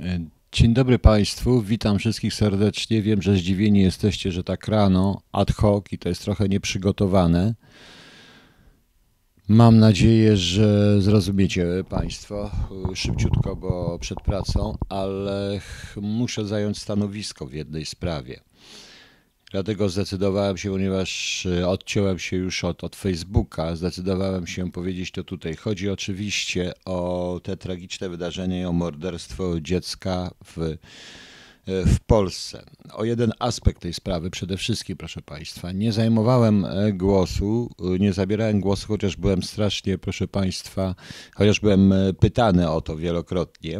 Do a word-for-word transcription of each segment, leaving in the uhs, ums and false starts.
Dzień dobry Państwu, witam wszystkich serdecznie. Wiem, że zdziwieni jesteście, że tak rano, ad hoc i to jest trochę nieprzygotowane. Mam nadzieję, że zrozumiecie Państwo szybciutko, bo przed pracą, ale muszę zająć stanowisko w jednej sprawie. Dlatego zdecydowałem się, ponieważ odciąłem się już od, od Facebooka, zdecydowałem się powiedzieć to tutaj. Chodzi oczywiście o te tragiczne wydarzenia i o morderstwo dziecka w, w Polsce. O jeden aspekt tej sprawy przede wszystkim, proszę Państwa. Nie zajmowałem głosu, nie zabierałem głosu, chociaż byłem strasznie, proszę Państwa, chociaż byłem pytany o to wielokrotnie.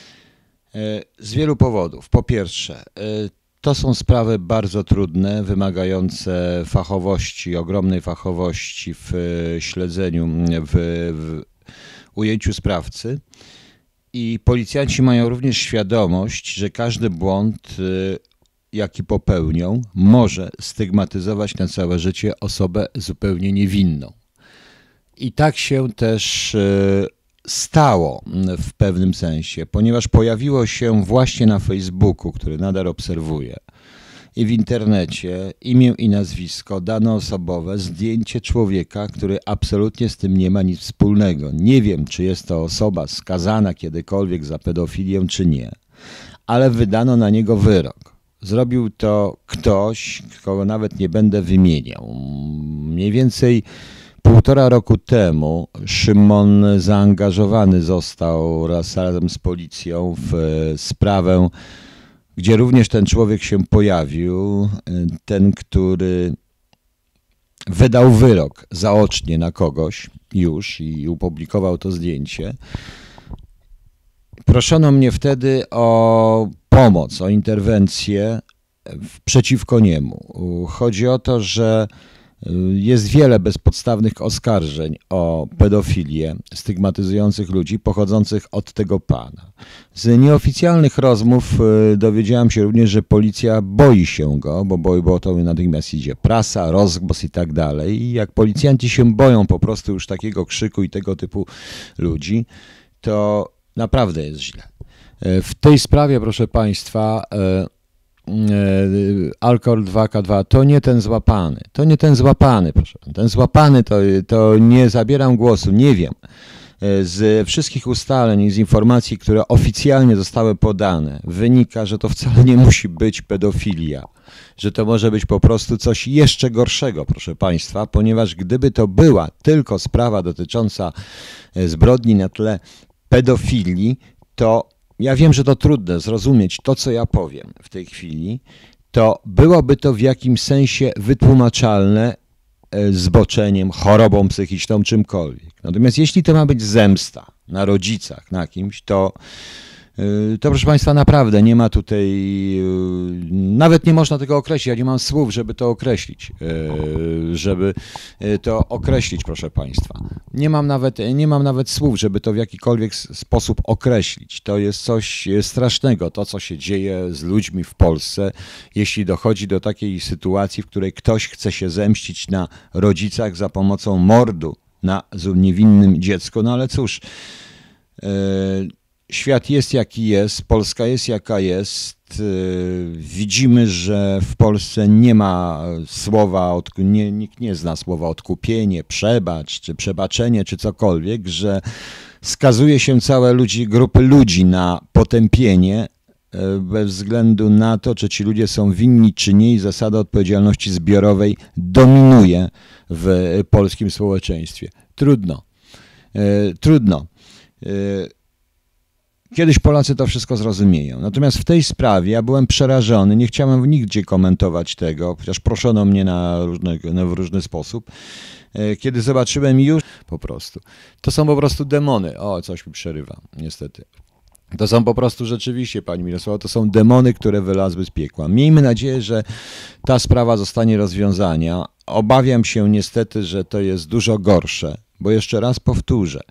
Z wielu powodów. Po pierwsze, to są sprawy bardzo trudne, wymagające fachowości, ogromnej fachowości w śledzeniu, w, w ujęciu sprawcy. I policjanci mają również świadomość, że każdy błąd, jaki popełnią, może stygmatyzować na całe życie osobę zupełnie niewinną. I tak się też stało w pewnym sensie, ponieważ pojawiło się właśnie na Facebooku, który nadal obserwuję, i w internecie imię i nazwisko, dane osobowe, zdjęcie człowieka, który absolutnie z tym nie ma nic wspólnego. Nie wiem, czy jest to osoba skazana kiedykolwiek za pedofilię, czy nie, ale wydano na niego wyrok. Zrobił to ktoś, kogo nawet nie będę wymieniał. Mniej więcej Półtora roku temu Szymon zaangażowany został raz razem z policją w sprawę, gdzie również ten człowiek się pojawił, ten, który wydał wyrok zaocznie na kogoś już i opublikował to zdjęcie. Proszono mnie wtedy o pomoc, o interwencję przeciwko niemu. Chodzi o to, że jest wiele bezpodstawnych oskarżeń o pedofilię stygmatyzujących ludzi pochodzących od tego pana. Z nieoficjalnych rozmów dowiedziałem się również, że policja boi się go, bo, boi, bo to natychmiast idzie prasa, rozgłos i tak dalej. I jak policjanci się boją po prostu już takiego krzyku i tego typu ludzi, to naprawdę jest źle. W tej sprawie, proszę Państwa, Alkohol dwa K dwa, to nie ten złapany, to nie ten złapany, proszę. Ten złapany to, to nie zabieram głosu, nie wiem. Z wszystkich ustaleń i z informacji, które oficjalnie zostały podane, wynika, że to wcale nie musi być pedofilia, że to może być po prostu coś jeszcze gorszego, proszę Państwa, ponieważ gdyby to była tylko sprawa dotycząca zbrodni na tle pedofilii, to ja wiem, że to trudne zrozumieć to, co ja powiem w tej chwili, to byłoby to w jakimś sensie wytłumaczalne zboczeniem, chorobą psychiczną, czymkolwiek. Natomiast jeśli to ma być zemsta na rodzicach, na kimś, to, to proszę Państwa, naprawdę nie ma tutaj, nawet nie można tego określić, ja nie mam słów, żeby to określić, żeby to określić, proszę Państwa. Nie mam nawet, nie mam nawet słów, żeby to w jakikolwiek sposób określić. To jest coś strasznego, to co się dzieje z ludźmi w Polsce, jeśli dochodzi do takiej sytuacji, w której ktoś chce się zemścić na rodzicach za pomocą mordu na niewinnym dziecku. No ale cóż, świat jest jaki jest, Polska jest jaka jest. Widzimy, że w Polsce nie ma słowa, nie, nikt nie zna słowa odkupienie, przebacz, czy przebaczenie, czy cokolwiek, że skazuje się całe ludzi, grupy ludzi na potępienie bez względu na to, czy ci ludzie są winni, czy nie, i zasada odpowiedzialności zbiorowej dominuje w polskim społeczeństwie. Trudno, trudno. Kiedyś Polacy to wszystko zrozumieją. Natomiast w tej sprawie ja byłem przerażony, nie chciałem nigdzie komentować tego, chociaż proszono mnie na różne, na, w różny sposób. Kiedy zobaczyłem już po prostu, to są po prostu demony. O, coś mi przerywa, niestety. To są po prostu rzeczywiście, Pani Mirosława, to są demony, które wylazły z piekła. Miejmy nadzieję, że ta sprawa zostanie rozwiązana. Obawiam się niestety, że to jest dużo gorsze, bo jeszcze raz powtórzę.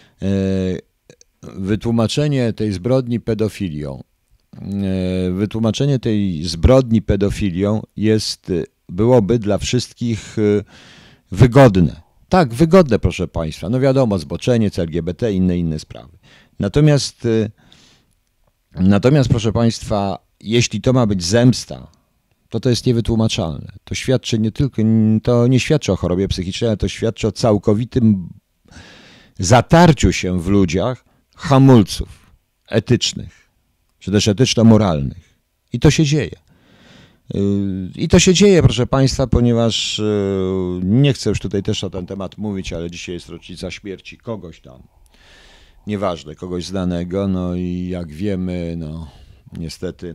Wytłumaczenie tej zbrodni pedofilią, wytłumaczenie tej zbrodni pedofilią jest, byłoby dla wszystkich wygodne. Tak, wygodne, proszę Państwa. No wiadomo, zboczenie, C L G B T, inne, inne sprawy. Natomiast Natomiast, proszę Państwa, jeśli to ma być zemsta, to to jest niewytłumaczalne. To świadczy nie tylko, to nie świadczy o chorobie psychicznej, ale to świadczy o całkowitym zatarciu się w ludziach hamulców etycznych, czy też etyczno-moralnych. I to się dzieje. I to się dzieje, proszę Państwa, ponieważ nie chcę już tutaj też o ten temat mówić, ale dzisiaj jest rocznica śmierci kogoś tam, nieważne, kogoś znanego, no i jak wiemy, no niestety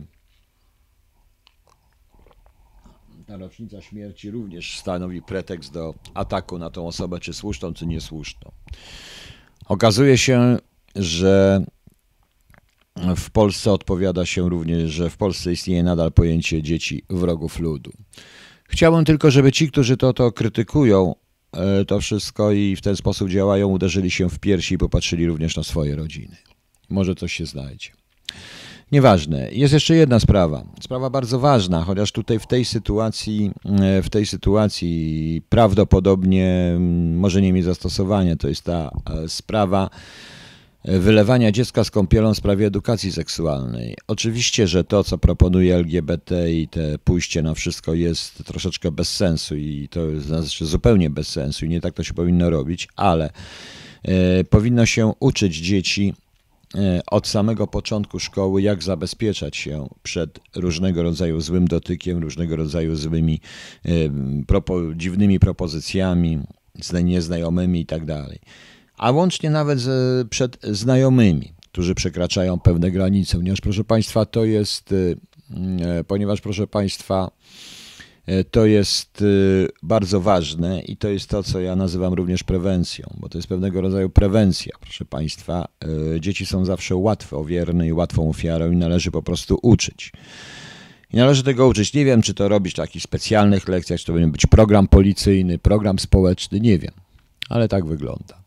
ta rocznica śmierci również stanowi pretekst do ataku na tą osobę, czy słuszną, czy niesłuszną. Okazuje się, że w Polsce odpowiada się również, że w Polsce istnieje nadal pojęcie dzieci wrogów ludu. Chciałbym tylko, żeby ci, którzy to, to krytykują, to wszystko i w ten sposób działają, uderzyli się w piersi i popatrzyli również na swoje rodziny. Może coś się znajdzie. Nieważne. Jest jeszcze jedna sprawa. Sprawa bardzo ważna, chociaż tutaj w tej sytuacji, w tej sytuacji prawdopodobnie może nie mieć zastosowania. To jest ta sprawa wylewania dziecka z kąpielą w sprawie edukacji seksualnej. Oczywiście, że to, co proponuje L G B T i te pójście na wszystko jest troszeczkę bez sensu i to znaczy zupełnie bez sensu i nie tak to się powinno robić, ale e, powinno się uczyć dzieci e, od samego początku szkoły, jak zabezpieczać się przed różnego rodzaju złym dotykiem, różnego rodzaju złymi, e, propo, dziwnymi propozycjami, nieznajomymi i tak dalej. A łącznie nawet z, przed znajomymi, którzy przekraczają pewne granice, ponieważ proszę Państwa, to jest, ponieważ proszę Państwa, to jest bardzo ważne i to jest to, co ja nazywam również prewencją, bo to jest pewnego rodzaju prewencja, proszę Państwa. Dzieci są zawsze łatwe, ofiarne i łatwą ofiarą i należy po prostu uczyć. I należy tego uczyć. Nie wiem, czy to robić w takich specjalnych lekcjach, czy to powinien być program policyjny, program społeczny, nie wiem, ale tak wygląda.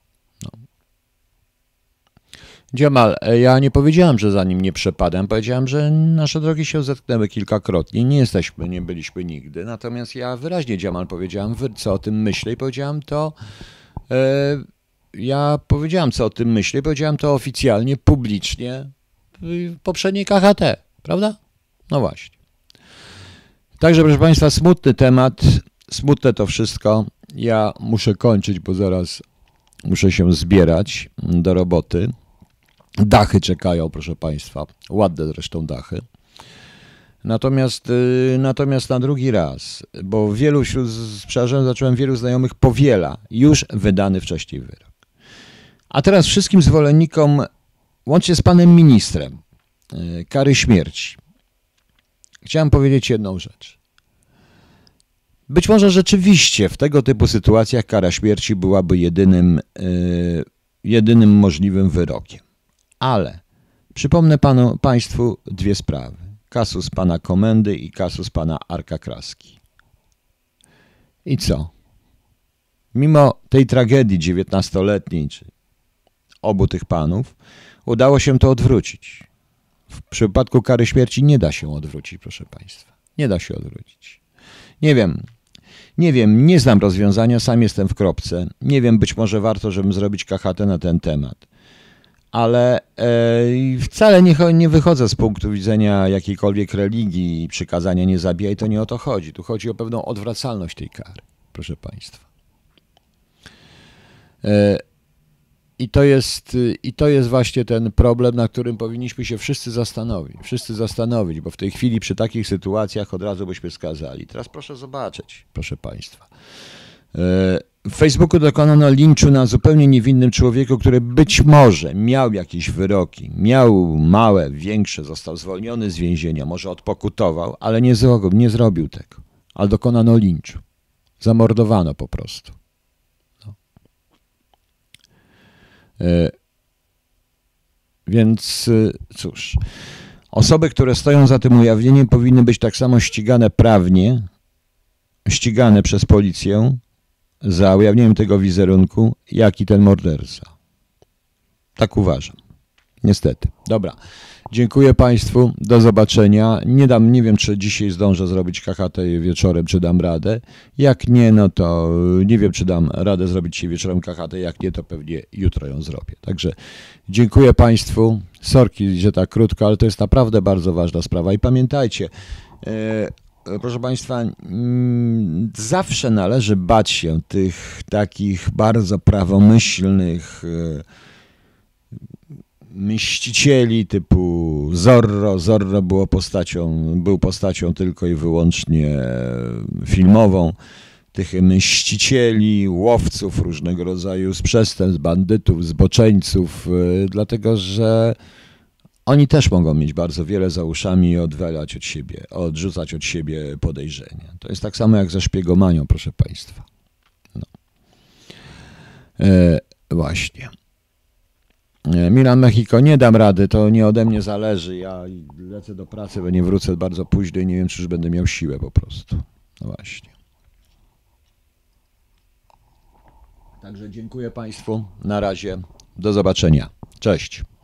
Dziemal, ja nie powiedziałem, że za nim nie przepadam. Powiedziałem, że nasze drogi się zetknęły kilkakrotnie. Nie jesteśmy, nie byliśmy nigdy. Natomiast ja wyraźnie, Dziemal, powiedziałem, co o tym myślę i powiedziałem to, e, ja powiedziałem, co o tym myślę i powiedziałem to oficjalnie, publicznie w poprzedniej K H T, prawda? No właśnie. Także, proszę Państwa, smutny temat, smutne to wszystko. Ja muszę kończyć, bo zaraz muszę się zbierać do roboty. Dachy czekają, proszę Państwa, ładne zresztą dachy. Natomiast, natomiast na drugi raz, bo wielu, przepraszam, zacząłem wielu znajomych powiela już wydany wcześniej wyrok. A teraz wszystkim zwolennikom, łącznie z panem ministrem, kary śmierci, chciałem powiedzieć jedną rzecz. Być może rzeczywiście w tego typu sytuacjach kara śmierci byłaby jedynym, jedynym możliwym wyrokiem. Ale przypomnę panu, Państwu dwie sprawy. Kasus pana Komendy i kasus pana Arka Kraski. I co? Mimo tej tragedii dziewiętnastoletniej, czy obu tych panów, udało się to odwrócić. W przypadku kary śmierci nie da się odwrócić, proszę Państwa. Nie da się odwrócić. Nie wiem, nie wiem, nie znam rozwiązania, sam jestem w kropce. Nie wiem, być może warto, żebym zrobić K H T na ten temat. Ale e, wcale nie, nie wychodzę z punktu widzenia jakiejkolwiek religii i przykazania nie zabijaj, to nie o to chodzi. Tu chodzi o pewną odwracalność tej kary, proszę Państwa. E, i, to jest, I to jest właśnie ten problem, na którym powinniśmy się wszyscy zastanowić. Wszyscy zastanowić, bo w tej chwili przy takich sytuacjach od razu byśmy skazali. Teraz proszę zobaczyć, proszę Państwa. E, W Facebooku dokonano linczu na zupełnie niewinnym człowieku, który być może miał jakieś wyroki, miał małe, większe, został zwolniony z więzienia, może odpokutował, ale nie zrobił, nie zrobił tego. Ale dokonano linczu. Zamordowano po prostu. No. E, więc cóż, osoby, które stoją za tym ujawnieniem, powinny być tak samo ścigane prawnie, ścigane przez policję, za ujawnieniem tego wizerunku, jak i ten morderca. Tak uważam. Niestety. Dobra. Dziękuję Państwu. Do zobaczenia. Nie dam, nie wiem, czy dzisiaj zdążę zrobić K H T wieczorem, czy dam radę. Jak nie, no to nie wiem, czy dam radę zrobić dzisiaj wieczorem K H T. Jak nie, to pewnie jutro ją zrobię. Także dziękuję Państwu. Sorki, że tak krótko, ale to jest naprawdę bardzo ważna sprawa. I pamiętajcie, e, proszę Państwa, mm, zawsze należy bać się tych takich bardzo prawomyślnych e, mścicieli typu Zorro. Zorro było postacią, był postacią tylko i wyłącznie filmową. Tych mścicieli, łowców różnego rodzaju z przestępstw, bandytów, zboczeńców, dlatego że oni też mogą mieć bardzo wiele za uszami i odwalać od siebie, odrzucać od siebie podejrzenia. To jest tak samo jak ze szpiegomanią, proszę Państwa. No. E, właśnie. Milan Mexico, nie dam rady, to nie ode mnie zależy. Ja lecę do pracy, bo nie wrócę bardzo późno i nie wiem, czy już będę miał siłę po prostu. No właśnie. Także dziękuję Państwu. Na razie. Do zobaczenia. Cześć.